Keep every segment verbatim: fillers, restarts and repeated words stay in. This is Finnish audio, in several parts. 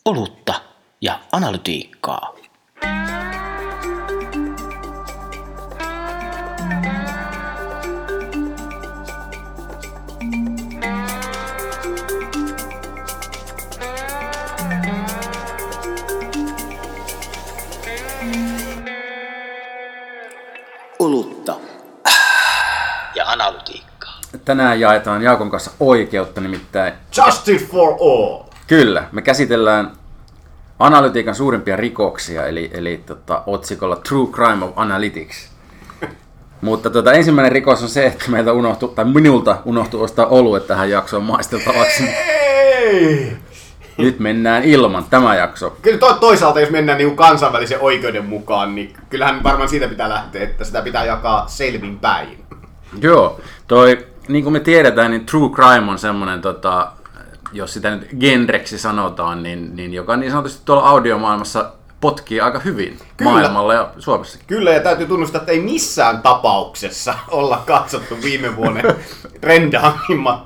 olutta ja analytiikkaa. Olutta ja analytiikkaa. Tänään jaetaan Jaakon kanssa oikeutta, nimittäin Justice for all! Kyllä, me käsitellään analytiikan suurimpia rikoksia, eli, eli tota, otsikolla True Crime of Analytics. Mutta tota, ensimmäinen rikos on se, että meiltä unohtui, tai minulta unohtui ostaa olue tähän jaksoon maisteltavaksi. Ei! Nyt mennään ilman tämä jakso. Kyllä to- toisaalta, jos mennään niin kansainvälisen oikeuden mukaan, niin kyllähän varmaan siitä pitää lähteä, että sitä pitää jakaa selvin päin. Joo, toi, niin kuin me tiedetään, niin True Crime on semmoinen, tota, jos sitä nyt genreksi sanotaan, niin, niin joka niin sanotusti tuolla audiomaailmassa potkii aika hyvin. Kyllä. Maailmalla ja Suomessakin. Kyllä, ja täytyy tunnustaa, että ei missään tapauksessa olla katsottu viime vuoden trendaamimmat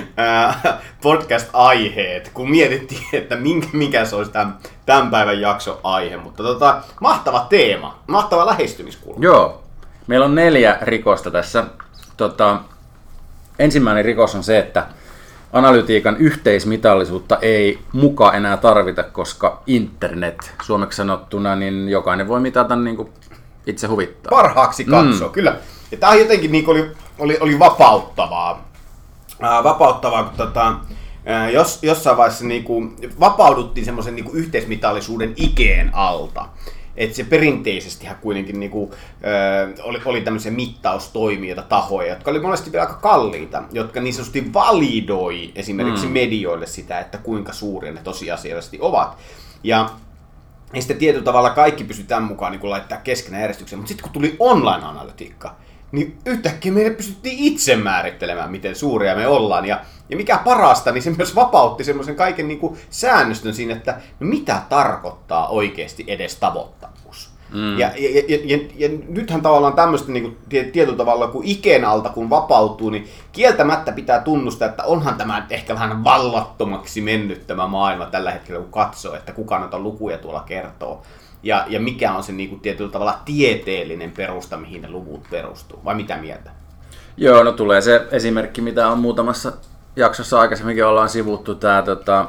podcast-aiheet, kun mietittiin, että minkä, mikä se olisi tämän, tämän päivän jakson aihe. Mutta tota, mahtava teema, mahtava lähestymiskulma. Joo, meillä on neljä rikosta tässä. Tota, ensimmäinen rikos on se, että analytiikan yhteismitallisuutta ei muka enää tarvita, koska internet, suomeksi sanottuna, niin jokainen voi mitata niin kuin itse huvittaa. Parhaaksi katsoo, mm. kyllä. Ja tämä jotenkin niin oli, oli, oli vapauttavaa. Ää, vapauttavaa, kun tota, ää, jos, jossain vaiheessa niin kuin, vapauduttiin semmoisen niin kuin yhteismitallisuuden ikeen alta. Että se perinteisestihän kuitenkin niinku, ö, oli, oli tämmöisiä mittaustoimijoita, tahoja, jotka oli monesti vielä aika kalliita, jotka niin sanotusti validoi esimerkiksi mm. medioille sitä, että kuinka suuria ne tosiasiallisesti ovat. Ja, ja sitten tietyllä tavalla kaikki pystyi tämän mukaan niin laittaa keskenään järjestykseen, mutta sitten kun tuli online-analytiikka, niin yhtäkkiä meidän pystyttiin itse määrittelemään, miten suuria me ollaan. Ja, ja mikä parasta, niin se myös vapautti semmoisen kaiken niin kuin säännöstön siinä, että no mitä tarkoittaa oikeasti edes tavoittavuus. Mm. Ja, ja, ja, ja, ja nythän tavallaan tämmöistä niin kuin tietyllä tavalla, kun ikeen alta kun vapautuu, niin kieltämättä pitää tunnustaa, että onhan tämä ehkä vähän vallattomaksi mennyt tämä maailma tällä hetkellä, kun katsoo, että kuka noita lukuja tuolla kertoo. Ja, ja mikä on se niin kuin tietyllä tavalla tieteellinen perusta, mihin ne luvut perustuu, vai mitä mieltä? Joo, no tulee se esimerkki, mitä on muutamassa jaksossa aikaisemminkin ollaan sivuttu, tämä tota,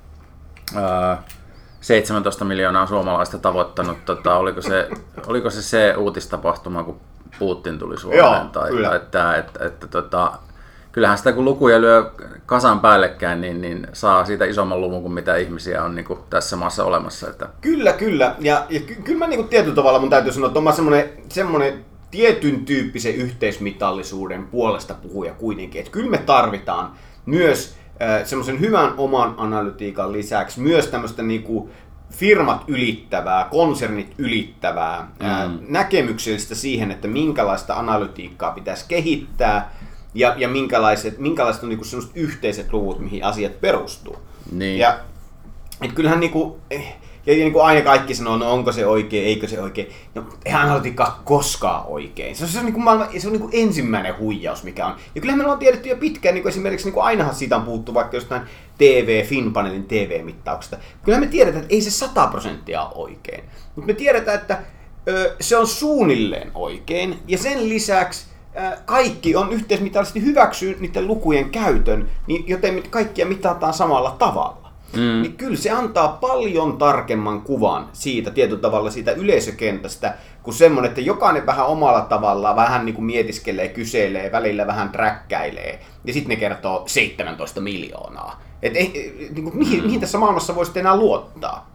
ää, seitsemäntoista miljoonaa suomalaista tavoittanut, tota, oliko, se, oliko se se uutistapahtuma, kun Putin tuli Suomeen? Joo, tai, kyllä. tai että, että, että, tota, kyllähän sitä kun lukuja lyö kasan päällekkäin, niin, niin saa siitä isomman luvun kuin mitä ihmisiä on niin kuin tässä maassa olemassa. Että... Kyllä, kyllä. Ja, ja ky- kyllä mä niin kuin tietyllä tavalla mun täytyy sanoa, että on semmoinen, semmoinen tietyn tyyppisen yhteismitallisuuden puolesta puhuja kuitenkin. Että kyllä me tarvitaan myös äh, semmoisen hyvän oman analytiikan lisäksi myös tämmöistä niin kuin firmat ylittävää, konsernit ylittävää mm. ää, näkemyksellistä siihen, että minkälaista analytiikkaa pitäisi kehittää ja, ja minkälaiset, minkälaiset on niinku sellaiset yhteiset luvut, mihin asiat perustuu. Niin. Ja et kyllähän niinku, ja niinku aina kaikki sanoo, no onko se oikein, eikö se oikein. No eihän analytiikkaa koskaan oikein. Se on, se on, niinku, maailman, se on niinku ensimmäinen huijaus, mikä on. Ja kyllähän meillä on tiedetty jo pitkään, niinku esimerkiksi niinku ainahan siitä on puhuttu vaikka jostain T V, Finpanelin T V-mittauksesta. Kyllähän me tiedetään, että ei se sata prosenttia ole oikein. Mutta me tiedetään, että ö, se on suunnilleen oikein. Ja sen lisäksi ö, kaikki on yhteismitallisesti hyväksynyt niiden lukujen käytön, niin joten kaikkia mitataan samalla tavalla. Mm. Niin kyllä se antaa paljon tarkemman kuvan siitä tietyllä tavalla siitä yleisökentästä, kuin semmoinen, että jokainen vähän omalla tavallaan vähän niin kuin mietiskelee, kyselee, välillä vähän träkkäilee, ja sitten ne kertoo seitsemäntoista miljoonaa. Et ei, niin kuin, mihin, mihin tässä maailmassa voisi enää luottaa?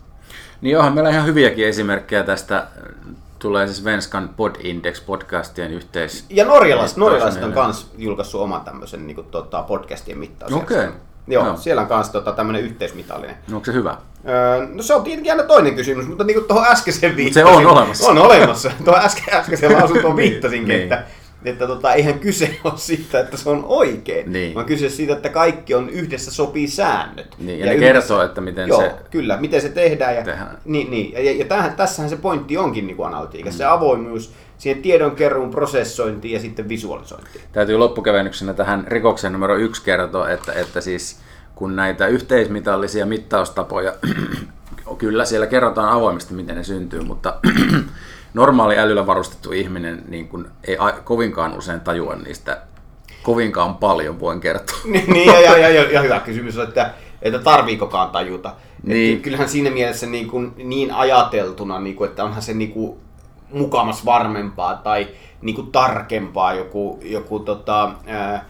Niin onhan meillä ihan hyviäkin esimerkkejä tästä. Tulee siis Svenskan Podindex-podcastien yhteis... Ja norjalaiset, norjalaiset on myös julkaissut oman tämmöisen niin kuin, tota, podcastien mittausjärjestelmän. Okei. Joo, no. Siellä on myös tota, tämmöinen yhteismitallinen. No, onko se hyvä? Öö, no se on tietenkin aina toinen kysymys, mutta niin kuin tuohon äskeiseen viittasin. Se on olemassa. On olemassa. Tuohon äske, äskeiseen lausuntoon viittasinkin, niin. että, että tota, eihän kyse ole siitä, että se on oikein, niin. vaan kyse siitä, että kaikki on yhdessä sopii säännöt. Niin, ja, ja ne yhdessä kertoo, että miten joo, se... kyllä, miten se tehdään. Ja, tehdään. Niin, niin, ja, ja tämähän, tässähän se pointti onkin niin kuin analytiikassa, mm. se avoimuus, siihen tiedonkeruun prosessointiin ja sitten visualisointiin. Täytyy loppukevennyksenä tähän rikokseen numero yksi kertoa, että, että siis kun näitä yhteismitallisia mittaustapoja, kyllä siellä kerrotaan avoimesti, miten ne syntyy, mutta normaali älyllä varustettu ihminen niin kun ei kovinkaan usein tajua niistä kovinkaan paljon, voin kertoa. Niin, ja, ja, ja, ja hyvä kysymys on, että, että tarviikokaan tajuta. Niin. Että kyllähän siinä mielessä niin, kuin, niin ajateltuna, niin kuin, että onhan se niin kuin, mukamas varmempaa tai niin kuin, tarkempaa joku, joku tota, ää,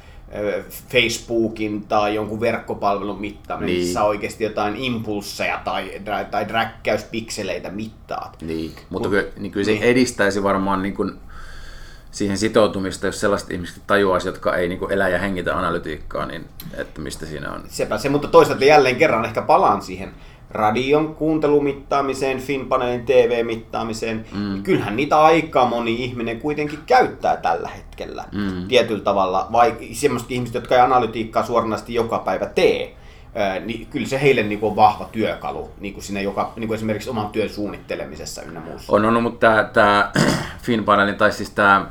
Facebookin tai jonkun verkkopalvelun mittaaminen, niin. missä oikeasti jotain impulsseja tai, tai räkkäyspikseleitä mittaat. Niin, mutta kyllä, niin kyllä se niin. edistäisi varmaan niin kuin siihen sitoutumista, jos sellaiset ihmiset tajuaisi, jotka ei niin kuin elä ja hengitä analytiikkaa, niin että mistä siinä on. Sepä se, mutta toisaalta jälleen kerran ehkä palaan siihen radion kuuntelumittaamiseen, Finpanelin T V-mittaamiseen. Mm. Kyllähän niitä aika moni ihminen kuitenkin käyttää tällä hetkellä mm. tietyllä tavalla. Vai semmoiset ihmiset, jotka ei analytiikkaa suoranaisesti joka päivä tee, niin kyllä se heille niin kuin on vahva työkalu niin kuin siinä joka, niin kuin esimerkiksi oman työn suunnittelemisessa ynnä muussa. On, on mutta tämä, tämä Finpanelin tai siis tämä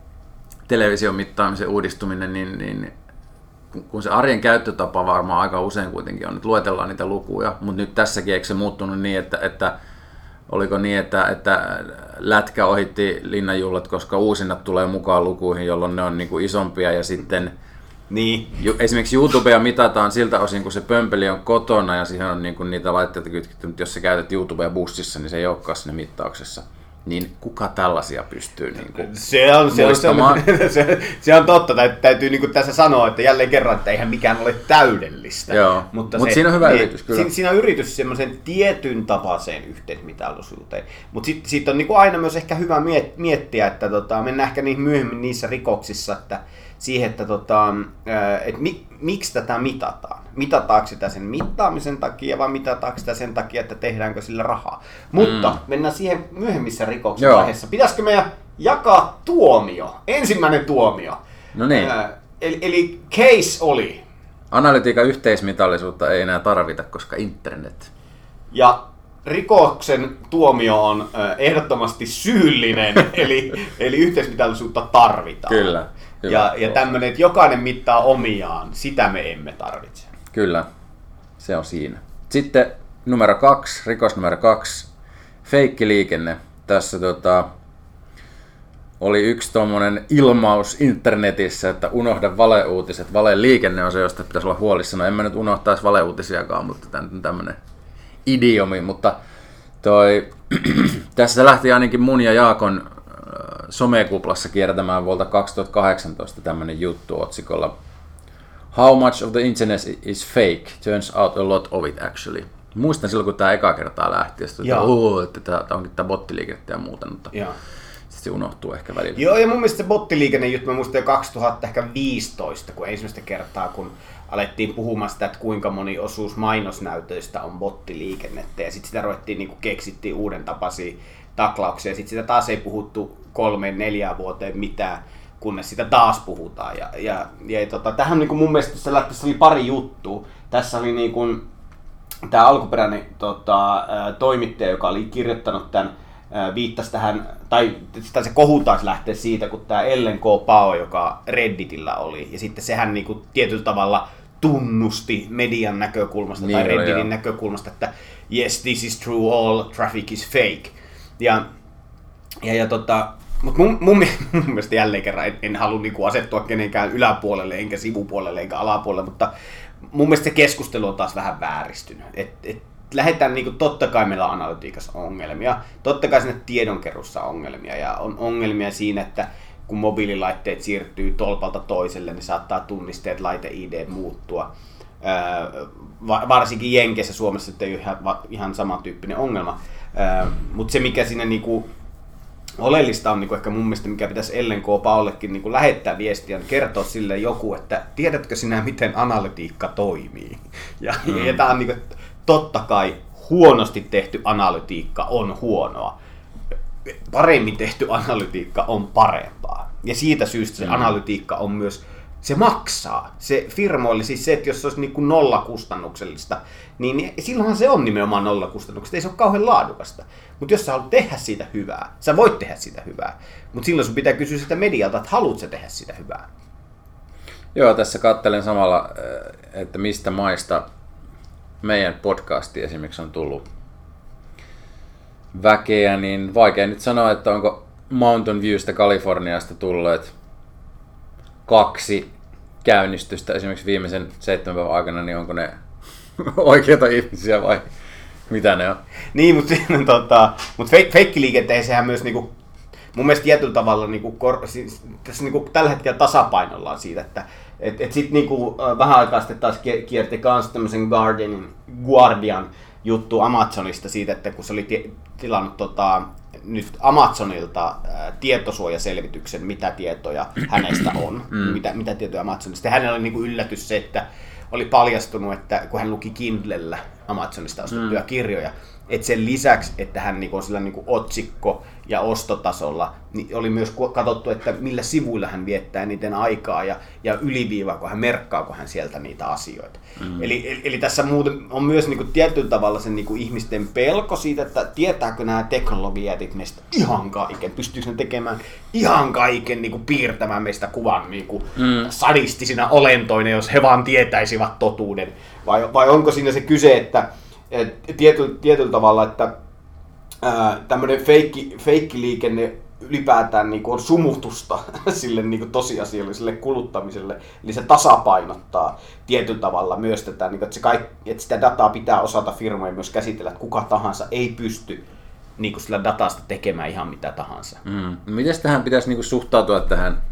television mittaamisen uudistuminen, niin, niin kun se arjen käyttötapa varmaan aika usein kuitenkin on, että luetellaan niitä lukuja, mutta nyt tässäkin eikö se muuttunut niin, että, että oliko niin, että, että lätkä ohitti linnanjuhlat, koska uusinnat tulee mukaan lukuihin, jolloin ne on niin kuin isompia ja sitten niin. Esimerkiksi YouTubea mitataan siltä osin, kun se pömpeli on kotona ja siihen on niin kuin niitä laitteita kytketty, mutta jos sä käytät YouTubea bussissa, niin se ei olekaan siinä mittauksessa. Niin kuka tällaisia pystyy niin kuin se on, se, on, se, on, se, se on totta, täytyy, täytyy niin kuin tässä sanoa, että jälleen kerran, että eihän mikään ole täydellistä. Joo, mutta Mut se, siinä on hyvä niin, yritys kyllä. Siinä, siinä on yritys semmoisen tietyn tapaiseen yhteismitallisuuteen, mutta sitten sit on niin kuin aina myös ehkä hyvä miettiä, että tota, mennään ehkä niin myöhemmin niissä rikoksissa, että siihen, että tota, et mi, miksi tätä mitataan. Mitataanko sitä sen mittaamisen takia vai mitataanko sitä sen takia, että tehdäänkö sillä rahaa. Mutta mm. mennään siihen myöhemmissä rikoksen Joo. vaiheessa. Pitäisikö meidän jakaa tuomio? Ensimmäinen tuomio. No niin. Eli, eli case oli. Analytiikan yhteismitallisuutta ei enää tarvita, koska internet. Ja rikoksen tuomio on ehdottomasti syyllinen, eli, eli yhteismitallisuutta tarvitaan. Kyllä. Hyvä. Ja, ja tämmöinen, että jokainen mittaa omiaan, sitä me emme tarvitse. Kyllä, se on siinä. Sitten numero kaksi, rikos numero kaksi, feikkiliikenne. Tässä tota, oli yksi tommonen ilmaus internetissä, että unohda valeuutiset. Valeliikenne on se, josta pitäisi olla huolissaan. No en mä nyt unohtaisi valeuutisiakaan, mutta tämä on tämmönen idiomi. Mutta toi, tässä lähti ainakin mun ja Jaakon somekuplassa kiertämään vuolta kaksituhattakahdeksantoista tämmönen juttu otsikolla How much of the internet is fake? Turns out a lot of it actually. Muistan silloin, kun tämä eka kertaa lähti, että, oh, että tämä onkin tämä bottiliikennettä ja muuta, mutta sitten se unohtuu ehkä välillä. Joo, ja mun mielestä se bottiliikenne juttu, mä muistan jo kaksituhattaviisitoista, kun ensimmäistä kertaa, kun alettiin puhumaan sitä, että kuinka moni osuus mainosnäytöistä on bottiliikennettä, ja sitten sitä ruvettiin, niin kuin keksittiin uuden tapaisia taklauksia, ja sitten sitä taas ei puhuttu kolmeen, neljään vuoteen mitään, kunnes sitä taas puhutaan. Ja, ja, ja tota, tähän niin kuin mun mielestä tässä, tässä oli pari juttua. Tässä oli niin kuin, tämä alkuperäinen tota, toimittaja, joka oli kirjoittanut tämän, viittasi tähän, tai se kohu taas lähtee siitä, kun tämä Ellen K. Pao, joka Redditillä oli, ja sitten sehän niin kuin tietyllä tavalla tunnusti median näkökulmasta niin, tai Redditin jo. näkökulmasta, että yes, this is true, all traffic is fake. Ja, ja, ja tota, mutta mun, mun, mun mielestä jälleen kerran en, en halua niinku asettua kenenkään yläpuolelle, enkä sivupuolelle, enkä alapuolelle, mutta mun mielestä se keskustelu on taas vähän vääristynyt. Et, et lähdetään niinku, totta kai meillä on analytiikassa ongelmia, totta kai siinä tiedonkeruussa on ongelmia, ja on ongelmia siinä, että kun mobiililaitteet siirtyy tolpalta toiselle, niin saattaa tunnisteet, laite-I D muuttua. Öö, varsinkin Jenkeissä, Suomessa ei ole ihan, ihan samantyyppinen ongelma. Öö, mutta se mikä siinä niinku oleellista on niinku ehkä mun mielestä, mikä pitäisi Ellen K. Paollekin niinku lähettää viestiä, on kertoa sille joku, että tiedätkö sinä miten analytiikka toimii. Ja, mm. ja tämä on niinku, totta kai huonosti tehty analytiikka on huonoa. Paremmin tehty analytiikka on parempaa. Ja siitä syystä se mm. analytiikka on myös, se maksaa. Se firmoille, siis se, että jos se olisi niin kuin nollakustannuksellista, niin silloinhan se on nimenomaan nollakustannuksellista. Ei se ole kauhean laadukasta. Mutta jos sä haluat tehdä siitä hyvää, sä voit tehdä siitä hyvää. Mutta silloin sun pitää kysyä sitä medialta, että haluat sä tehdä sitä hyvää. Joo, tässä katselen samalla, että mistä maista meidän podcasti esimerkiksi on tullut väkeä, niin vaikea nyt sanoa, että onko Mountain Viewstä Kaliforniasta tulleet kaksi käynnistystä esimerkiksi viimeisen seitsemän päivän aikana, niin onko ne oikeita ihmisiä vai mitä ne on? Niin, mutta, siinä, tota, mutta feikkiliikenteessähän myös niinku, mun mielestä tietyllä tavalla niinku, kor, siis, tässä niinku, tällä hetkellä tasapainollaan siitä, että et, et sitten niinku, vähän aikaa sitten taas kierti kans tämmöisen Guardian, Guardian juttu Amazonista siitä, että kun se oli t- tilannut tota, nyt Amazonilta ää, tietosuojaselvityksen, mitä tietoja hänestä on, mm. mitä, mitä tietoja Amazonista. Ja hänellä oli niinku yllätys se, että oli paljastunut, että kun hän luki Kindlellä Amazonista ostettuja mm. kirjoja, että sen lisäksi, että hän niinku on sillä niinku otsikko- ja ostotasolla, niin oli myös katsottu, että millä sivuilla hän viettää niiden aikaa ja, ja yliviivaako hän, merkkaako hän sieltä niitä asioita. Mm. Eli, eli, eli tässä muuten on myös niinku tietyllä tavalla sen niinku ihmisten pelko siitä, että tietääkö nämä teknologiat meistä ihan kaiken, pystyykö ne tekemään ihan kaiken, niinku piirtämään meistä kuvan niinku mm. sadistisina olentoina, jos he vaan tietäisivät totuuden. Vai, vai onko siinä se kyse, että et, tietyllä, tietyllä tavalla, että tämmöinen feikki, feikkiliikenne ylipäätään niin kuin on sumutusta sille niin kuin tosiasialliselle kuluttamiselle, eli se tasapainottaa tietyllä tavalla myös tätä, niin kuin, että, se kaikki, että sitä dataa pitää osata firmoja myös käsitellä, että kuka tahansa ei pysty niin kuin sillä datasta tekemään ihan mitä tahansa. Mm. Miten tähän pitäisi niin kuin suhtautua tähän,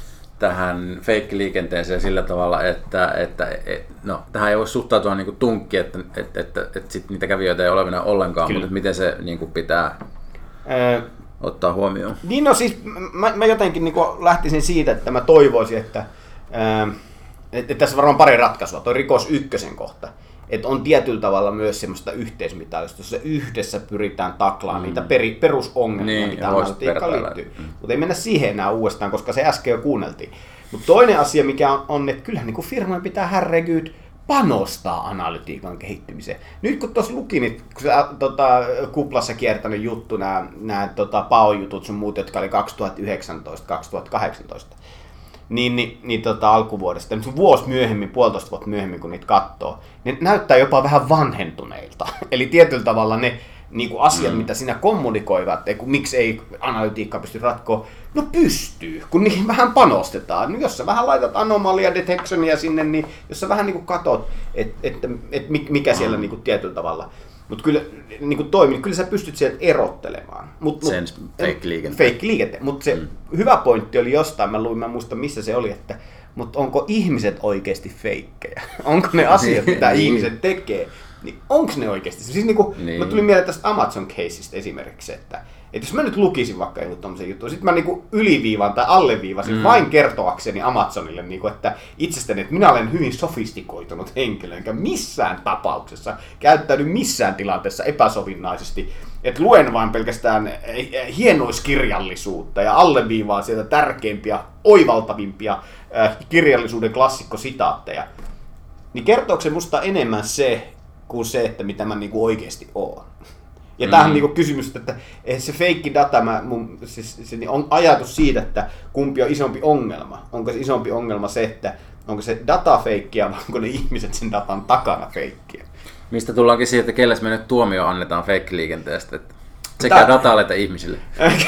tähän feikkiliikenteeseen sillä tavalla, että, että et, no, tähän ei voi suhtautua niin kuin tunkki, että, että, että, että sit niitä kävijöitä ei olevina ollenkaan, Kyllä. mutta miten se niin kuin pitää Ää, ottaa huomioon? Niin no siis mä, mä jotenkin niin kuin lähtisin siitä, että mä toivoisin, että, ää, että tässä on varmaan pari ratkaisua, toi rikos ykkösen kohta. Että on tietyllä tavalla myös semmoista yhteismitallista, jossa yhdessä pyritään taklaamaan mm. niitä peri, perusongelmia, niin, mitä analytiikkaan liittyy. Mm. Mutta ei mennä siihen enää uudestaan, koska se äsken jo kuunneltiin. Mutta toinen asia, mikä on, on että kyllähän niin firmojen pitää herregyyt panostaa analytiikan kehittymiseen. Nyt kun tuossa luki, niin kun se tota, kuplassa kiertänyt juttu, nämä tota, P A O-jutut sun muut, jotka oli kaksituhattayhdeksäntoista kaksituhattakahdeksantoista, niin, niin, niin tota, alkuvuodesta, vuosi myöhemmin, puolitoista vuotta myöhemmin, kun niitä katsoo, niin näyttää jopa vähän vanhentuneilta. Eli tietyllä tavalla ne niin kuin asiat, mm. mitä siinä kommunikoivat, että miksi ei analytiikka pysty ratkoa, no pystyy, kun niihin vähän panostetaan. No, jos sä vähän laitat anomalia detectionia sinne, niin jos sä vähän niin kuin katot, että et, et mikä siellä niin kuin tietyllä tavalla mutta kyllä niin kuin toimii, kyllä sä pystyt sieltä erottelemaan. Mut, Sen fake-liikente. Fake-liikente. Mutta se mm. hyvä pointti oli jostain, mä luin, mä muista missä se oli, että mutta onko ihmiset oikeasti feikkejä? Onko ne asiat, mitä ihmiset tekee, niin onko ne oikeasti? Siis niin kuin, niin. Mä tulin mieleen tästä Amazon-caseista esimerkiksi, että, että jos mä nyt lukisin vaikka joku tommosen jutun, sit mä niin kuin yliviivan tai alleviivasin mm. vain kertoakseni Amazonille, niin kuin, että itsestäni, että minä olen hyvin sofistikoitunut henkilö, enkä missään tapauksessa käyttäydy missään tilanteessa epäsovinnaisesti, että luen vain pelkästään hienoiskirjallisuutta ja alleviivaan sieltä tärkeimpiä, oivaltavimpia äh, kirjallisuuden klassikkositaatteja, niin kertooko se musta enemmän se, kuin se, että mitä mä niinku oikeasti oon. Ja mm. tämähän on niinku kysymys, että se feikki data, mä, mun, siis, se on ajatus siitä, että kumpi on isompi ongelma. Onko se isompi ongelma se, että onko se data feikkiä vai onko ne ihmiset sen datan takana feikkiä? Mistä tullaankin siitä, että kelles me nyt tuomio annetaan feikkiliikenteestä? Sekä Tää... datalle että ihmisille.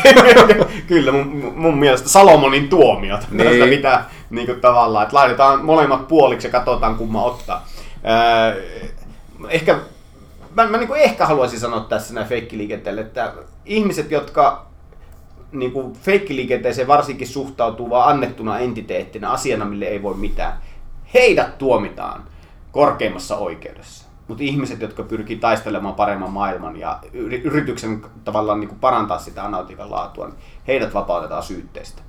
Kyllä, mun, mun mielestä Salomonin tuomiot. Niin. Tästä pitää niinku, tavallaan, että laitetaan molemmat puoliksi ja katsotaan kumma ottaa. Öö, Ehkä, mä, mä niin kuin ehkä haluaisin sanoa tässä näin feikkiliikenteelle, että ihmiset, jotka niin kuin feikkiliikenteeseen varsinkin suhtautuu vaan annettuna entiteettinä, asiana, mille ei voi mitään, heidät tuomitaan korkeimmassa oikeudessa. Mutta ihmiset, jotka pyrkii taistelemaan paremman maailman ja yrityksen tavallaan niin kuin parantaa sitä analytiikan laatua, niin heidät vapautetaan syytteistä.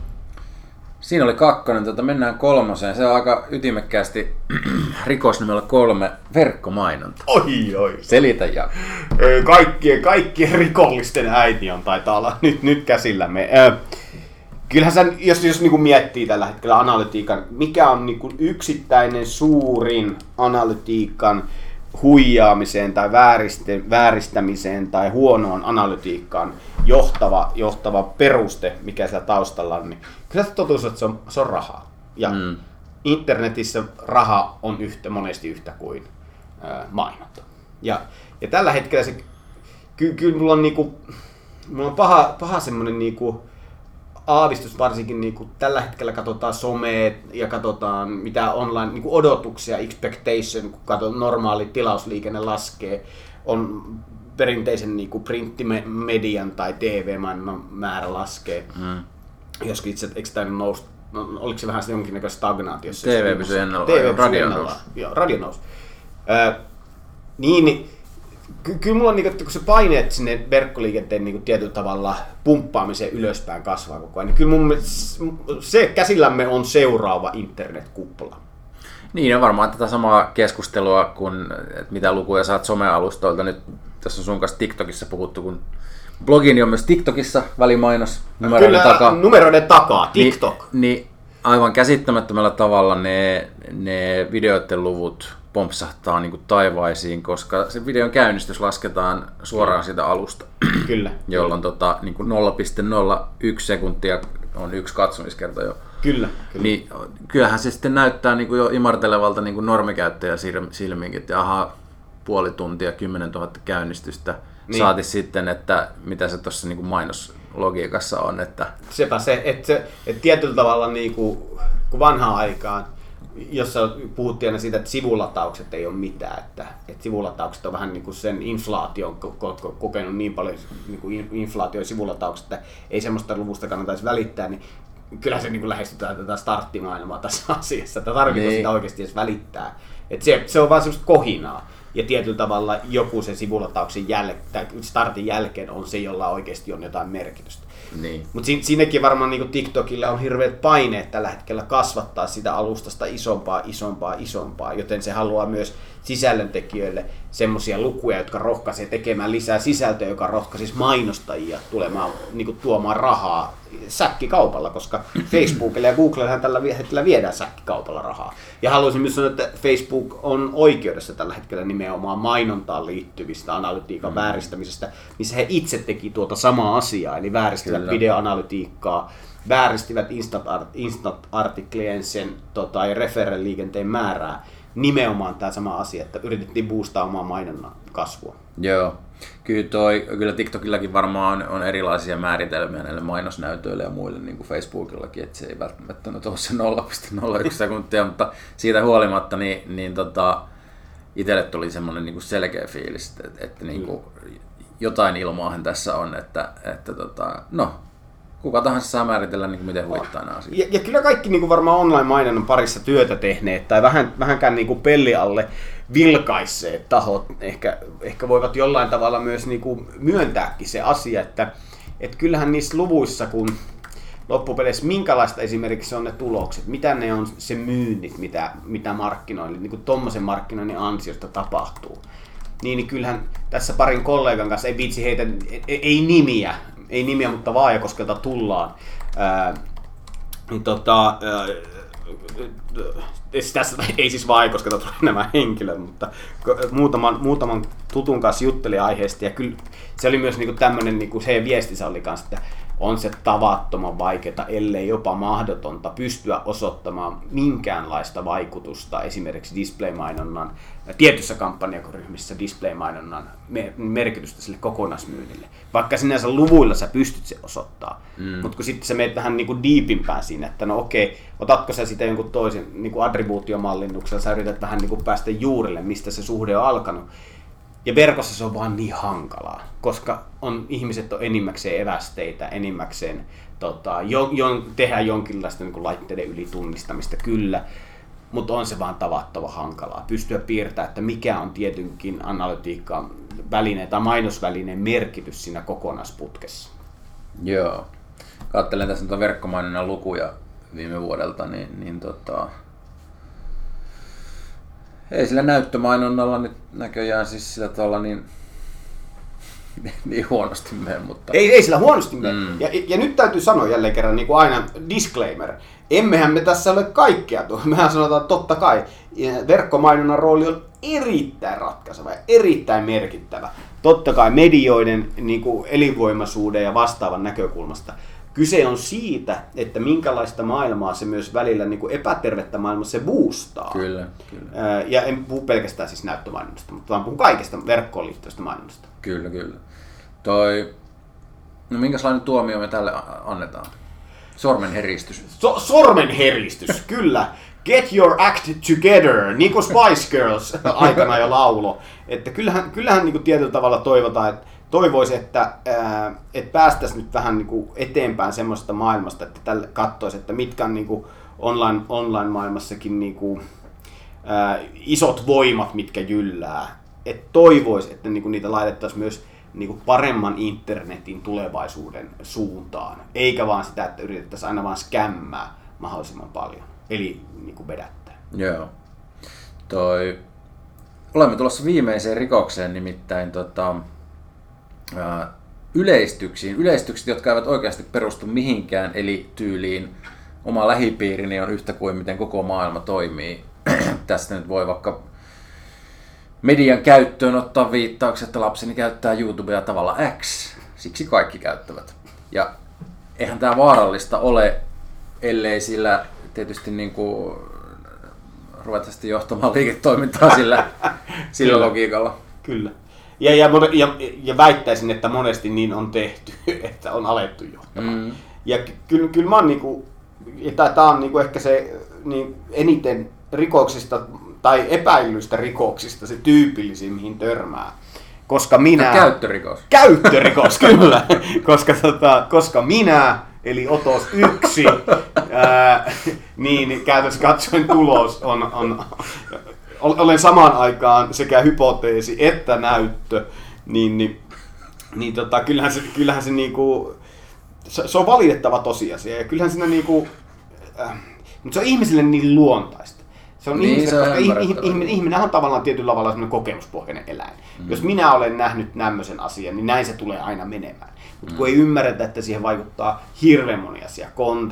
Siinä oli kakkonen, tuota, mennään kolmoseen. Se on aika ytimekkäästi rikosnimellä kolme, verkkomainonta. Oi, oi. Selitä ja. Kaikkien, kaikkien rikollisten äiti on taitaa olla nyt, nyt käsillämme. Kyllähän sen, jos, jos niin miettii tällä hetkellä analytiikan, mikä on niin kuin yksittäinen suurin analytiikan huijaamiseen tai vääristämiseen tai huonoon analytiikkaan johtava, johtava peruste, mikä siellä taustalla on, niin kyllä se totuus on, että se on, se on rahaa. Ja mm. internetissä raha on yhtä, monesti yhtä kuin ää, mainonta. Ja, ja tällä hetkellä se, ky, kyllä mulla on, niinku, mulla on paha, paha semmoinen niinku, aavistus, varsinkin niinku, tällä hetkellä katsotaan somea ja katsotaan mitä online niinku, odotuksia, expectation, kun katsotaan normaali tilausliikenne laskee, on perinteisen niinku, printtimedian tai T V-mainonnan määrä laskee. Mm. Joskin itse eikö tämä nousi, no, oliko se vähän jonkinnäköistä stagnaatiossa? T V pysyy ennallaan, T V radio nousi. Joo, radio nousi. Öö, niin, ky- kyllä mulla on niinku, kun se paineet sinne verkkoliikenteen niinku, tietyllä tavalla pumppaamiseen ylöspäin kasvaa koko ajan, niin kyllä mun mielestä se käsillämme on seuraava internetkupla. Niin, on varmaan tätä samaa keskustelua, kun että mitä lukuja saat somealustoilta. Nyt tässä on sun kanssa TikTokissa puhuttu, kun blogini on myös TikTokissa välimainos numeroiden Kyllä, takaa. numeroiden takaa, TikTok. Niin, niin aivan käsittämättömällä tavalla ne, ne videoiden luvut pompsahtaa niin kuin taivaisiin, koska se videon käynnistys lasketaan suoraan siitä alusta. Kyllä. Jolloin tota, niin kuin nolla pilkku nolla yksi sekuntia on yksi katsomiskerta jo. Kyllä, kyllä. Niin, kyllähän se sitten näyttää niin kuin jo imartelevalta niin kuin normikäyttäjä silmiinkin, että aha, puoli tuntia, kymmenen tuhatta käynnistystä. Niin. Saati sitten, että mitä se tuossa niin kuin mainoslogiikassa on. Että sepä se, että, se, että tietyllä tavalla niin kuin, kun vanhaan aikaan, jossa puhuttiin aina siitä, että sivulataukset ei ole mitään, että, että sivulataukset on vähän niin kuin sen inflaation kokenut niin paljon niin kuin inflaation sivulataukset, että ei semmoista luvusta kannattaisi välittää, niin kyllä se niin kuin lähestytään tätä starttimaailmaa tässä asiassa, että tarvitse niin. sitä oikeasti edes välittää. Että se, se on vaan semmoista kohinaa. Ja tietyllä tavalla joku sen sivulatauksen jäl- tai startin jälkeen on se, jolla oikeasti on jotain merkitystä. Niin. Mutta si- siinäkin varmaan niin TikTokilla on hirveät paineet tällä hetkellä kasvattaa sitä alustasta isompaa, isompaa, isompaa, joten se haluaa myös sisällöntekijöille semmoisia lukuja, jotka rohkaisee tekemään lisää sisältöä, joka rohkaisisi mainostajia tulemaan, niin kuin tuomaan rahaa säkkikaupalla, koska Facebookilla ja Googlella tällä hetkellä viedään säkkikaupalla rahaa. Ja haluaisin myös sanoa, että Facebook on oikeudessa tällä hetkellä nimenomaan mainontaan liittyvistä analytiikan mm. vääristämisestä, missä he itse teki tuota samaa asiaa, eli vääristivät Kyllä. videoanalytiikkaa, vääristivät instant-artikkelien sen tota, ja referral-liikenteen määrää. Nimenomaan tämä sama asia, että yritettiin boostaa omaa mainonnan kasvua. Joo. Kyllä, toi, kyllä TikTokillakin varmaan on, on erilaisia määritelmiä näille mainosnäytöille ja muille, niin kuin Facebookillakin, että se ei välttämättä ole se nolla pilkku nolla yksi sekuntia, mutta siitä huolimatta niin, niin tota, itselle tuli semmoinen niin kuin selkeä fiilis, että, että niin kuin jotain ilmaahan tässä on, että, että tota, no, kuka tahansa saa määritellä niin kuin miten huittaa nämä asiat. Ja, ja kyllä kaikki niin kuin varmaan online-mainonnan parissa työtä tehneet tai vähän, vähänkään niin kuin pelli alle vilkaisseet tahot ehkä, ehkä voivat jollain tavalla myös niin kuin myöntääkin se asia, että, että kyllähän niissä luvuissa, kun loppupeleissä minkälaista esimerkiksi on ne tulokset, mitä ne on se myynnit, mitä, mitä markkinoille, niin kuin tommosen markkinoinnin ansiosta tapahtuu, niin, niin kyllähän tässä parin kollegan kanssa, ei viitsi heitä, ei, ei nimiä, ei nimiä, mutta Vaajakoskelta tullaan. Ää, niin tota, ää, tässä ei siis Vaajakoskelta tule nämä henkilöt, mutta muutaman, muutaman tutun kanssa jutteli aiheesta ja kyllä se oli myös niinku tämmöinen, niinku se viestinsä oli kanssa, että on se tavattoman vaikeaa, ellei jopa mahdotonta pystyä osoittamaan minkäänlaista vaikutusta esimerkiksi display-mainonnan, tietyissä kampanjaryhmissä display-mainonnan merkitystä sille kokonaismyynnille. Vaikka sinänsä luvuilla sä pystyt se osoittaa, mm. mutta kun sitten sä menet vähän niin kuin diipimpään siinä, että no okei, otatko sä sitä jonkun toisen niin kuin attribuutiomallinnuksella, sä yrität vähän niin kuin päästä juurille, mistä se suhde on alkanut. Ja verkossa se on vaan niin hankalaa, koska on, ihmiset on enimmäkseen evästeitä, enimmäkseen tota, jo, jo, tehdään jonkinlaista niin kuin laitteiden ylitunnistamista, kyllä, mutta on se vaan tavattoman hankalaa. Pystyä piirtämään, että mikä on tietynkin analytiikkaan välineen tai mainosvälineen merkitys siinä kokonaisputkessa. Joo. Katselen tässä noita verkkomainonnan lukuja viime vuodelta, niin, niin tota... ei sillä näyttömainonnalla nyt näköjään siis sillä tavalla niin, niin huonosti mene, mutta... Ei, ei sillä huonosti mene. Mm. Ja, ja nyt täytyy sanoa jälleen kerran niin kuin aina disclaimer. Emmehän me tässä ole kaikkea tuo. Mehän sanotaan, että totta kai verkkomainonnan rooli on erittäin ratkaiseva ja erittäin merkittävä. Totta kai medioiden niin kuin elinvoimaisuuden ja vastaavan näkökulmasta. kyse on siitä, että minkälaista maailmaa se myös välillä, niin kuin epätervettä maailmaa se boostaa. Kyllä, kyllä. Ja en puhu pelkästään siis näyttömainonnasta, mutta vaan puhun kaikesta verkkoon liittyvästä mainonnasta. Kyllä, kyllä. Toi, no minkälainen tuomio me tälle annetaan? Sormenheristys. So, sormenheristys, kyllä. Get your act together, niin kuin Spice Girls aikana jo laulo. Että kyllähän, kyllähän niin kuin tietyllä tavalla toivotaan, että toivoisi, että, ää, että päästäisiin nyt vähän niin kuin eteenpäin semmoisesta maailmasta, että tälle katsoisi, että mitkä on niin kuin online, online-maailmassakin niin kuin, ää, isot voimat, mitkä jyllää. Että toivoisi, että niin kuin niitä laitettaisiin myös niin kuin paremman internetin tulevaisuuden suuntaan, eikä vaan sitä, että yritettäisiin aina vaan skämmää mahdollisimman paljon, eli niin kuin vedättää. Joo. Toi, olemme tulossa viimeiseen rikokseen, nimittäin tota, ää, yleistyksiin. Yleistykset, jotka eivät oikeasti perustu mihinkään, eli tyyliin oma lähipiirini on yhtä kuin miten koko maailma toimii. Tästä nyt voi vaikka median käyttöön ottaa viittaukset, että lapseni käyttää YouTubea tavalla X, siksi kaikki käyttävät. Ja eihän tämä vaarallista ole, ellei sillä tietysti niin kuin ruveta sitten johtamaan liiketoimintaa sillä, sillä logiikalla. Kyllä. Ja, ja, ja, ja väittäisin, että monesti niin on tehty, että on alettu johtamaan. Mm. Ja kyllä, kyllä mä oon niinku, tämä on niinku ehkä se niin eniten rikoksista tai epäilyistä rikoksista se tyypillisin, mihin törmää. Koska minä... Käyttörikos. Käyttörikos, kyllä. koska, tota, koska minä, eli otos yksi, ää, niin käytössä katsoen tulos on, on... Olen samaan aikaan sekä hypoteesi että näyttö, niin, niin, niin tota, kyllähän se, kyllähän se, niinku, se, se on valitettava tosiasia. Ja kyllähän siinä niinku, äh, mutta se on ihmiselle niin luontaista. Se on niin, ihmiselle, se koska ihminen, ihminen, ihminen on tavallaan tietyllä tavalla semmoinen kokemuspohjainen eläin. Mm. Jos minä olen nähnyt tämmöisen asian, niin näin se tulee aina menemään. Mutta kun mm. ei ymmärretä, että siihen vaikuttaa hirveän moni asia,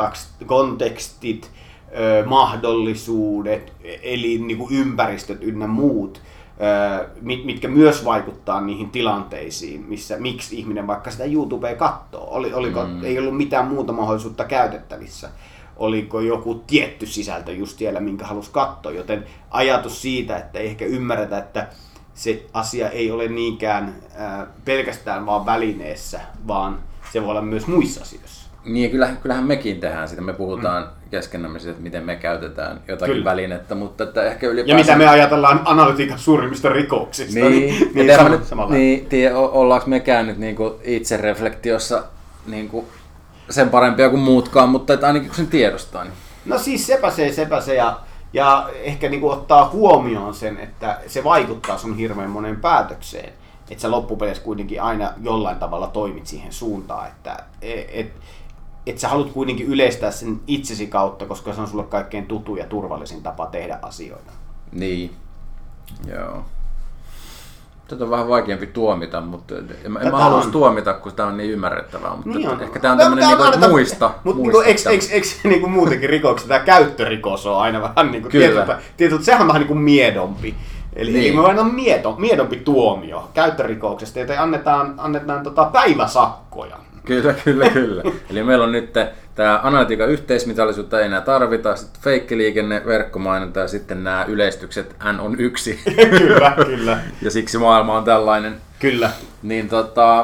kontekstit, ö, mahdollisuudet, eli niinku ympäristöt ynnä muut, ö, mit, mitkä myös vaikuttaa niihin tilanteisiin, missä miksi ihminen vaikka sitä YouTubea katsoo. Oli, oliko, mm. Ei ollut mitään muuta mahdollisuutta käytettävissä. Oliko joku tietty sisältö just siellä, minkä halusi katsoa, joten ajatus siitä, että ei ehkä ymmärretä, että se asia ei ole niinkään ää, pelkästään vaan välineessä, vaan se voi olla myös muissa asioissa. Niin, kyllähän, kyllähän mekin tehdään sitä. Me puhutaan mm. keskenämme siitä, että miten me käytetään jotakin Kyllä. välinettä, mutta että ehkä ylipäänsä... Ja mitä me ajatellaan analytiikan suurimmista rikoksista. Niin, niin, niin, sama, nyt, niin tiedä, ollaanko me käynyt niin itse reflektiossa niin kuin sen parempia kuin muutkaan, mutta että ainakin kun sen tiedostaa. Niin. No siis sepä se, sepä se ja, ja ehkä niin kuin ottaa huomioon sen, että se vaikuttaa sun hirveän monen päätökseen. Että sä loppupeleissä kuitenkin aina jollain tavalla toimit siihen suuntaan, että et, et sä haluat kuitenkin yleistää sen itsesi kautta, koska se on sulle kaikkein tutu ja turvallisin tapa tehdä asioita. Niin, joo. Tätä on vähän vaikeampi tuomita, mutta en, en mä haluaisi tuomita, kun tämä on niin ymmärrettävää, mutta niin ehkä tämä on tämmöinen niinku, että muista. Mutta niinku, eikö, eikö, eikö niinku muutenkin rikoksessa tämä käyttörikos on aina vähän niin kuin tietyltä, tietyltä, sehän on vähän niin kuin miedompi. Eli, niin. eli me voidaan miedo, miedompi tuomio käyttörikoksesta, joten annetaan, annetaan tota päiväsakkoja. Kyllä, kyllä, kyllä. Eli meillä on nyt tämä analytiikan yhteismitallisuutta ei enää tarvita, sitten feikkiliikenne, verkkomainonta ja sitten nämä yleistykset N on yksi. Kyllä, kyllä. Ja siksi maailma on tällainen. Kyllä. Niin tota,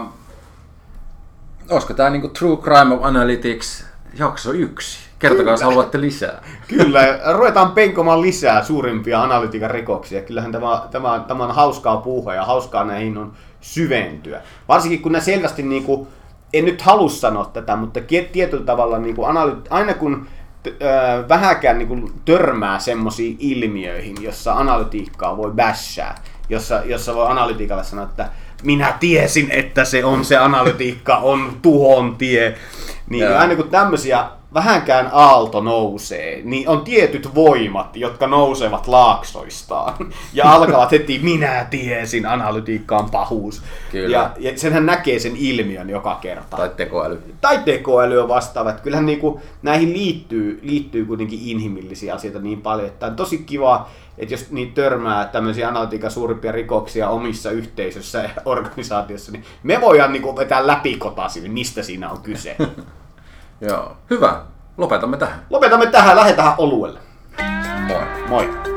olisiko tämä niinku True Crime of Analytics jakso yksi? Kertokaa, jos haluatte lisää. Kyllä, ruvetaan penkomaan lisää suurimpia analytiikan rikoksia. Kyllähän tämä, tämä, tämä on hauskaa puuhaa ja hauskaa näihin on syventyä. Varsinkin kun ne selvästi niinku, en nyt halua sanoa tätä, mutta tietyllä tavalla niin kuin analy- aina kun äh, vähäkään niin kuin törmää semmoisiin ilmiöihin, jossa analytiikkaa voi bashää, jossa, jossa voi analytiikalle sanoa, että minä tiesin, että se on se analytiikka, on tuhon tie, niin aina kun tämmöisiä vähänkään aalto nousee, niin on tietyt voimat, jotka nousevat laaksoistaan ja alkavat heti, minä tiesin, analytiikka on pahuus. Ja, ja senhän näkee sen ilmiön joka kerta. Tai tekoäly. Tai tekoäly on vastaava. Että kyllähän niinku, näihin liittyy, liittyy kuitenkin inhimillisiä asioita niin paljon, että on tosi kiva, että jos niitä törmää tämmöisiä analytiikan suurimpia rikoksia omissa yhteisöissä ja organisaatiossa, niin me voidaan niinku vetää läpikotaisin, mistä siinä on kyse. Joo. Hyvä. Lopetamme tähän. Lopetamme tähän, lähdetään oluelle. Moi. Moi.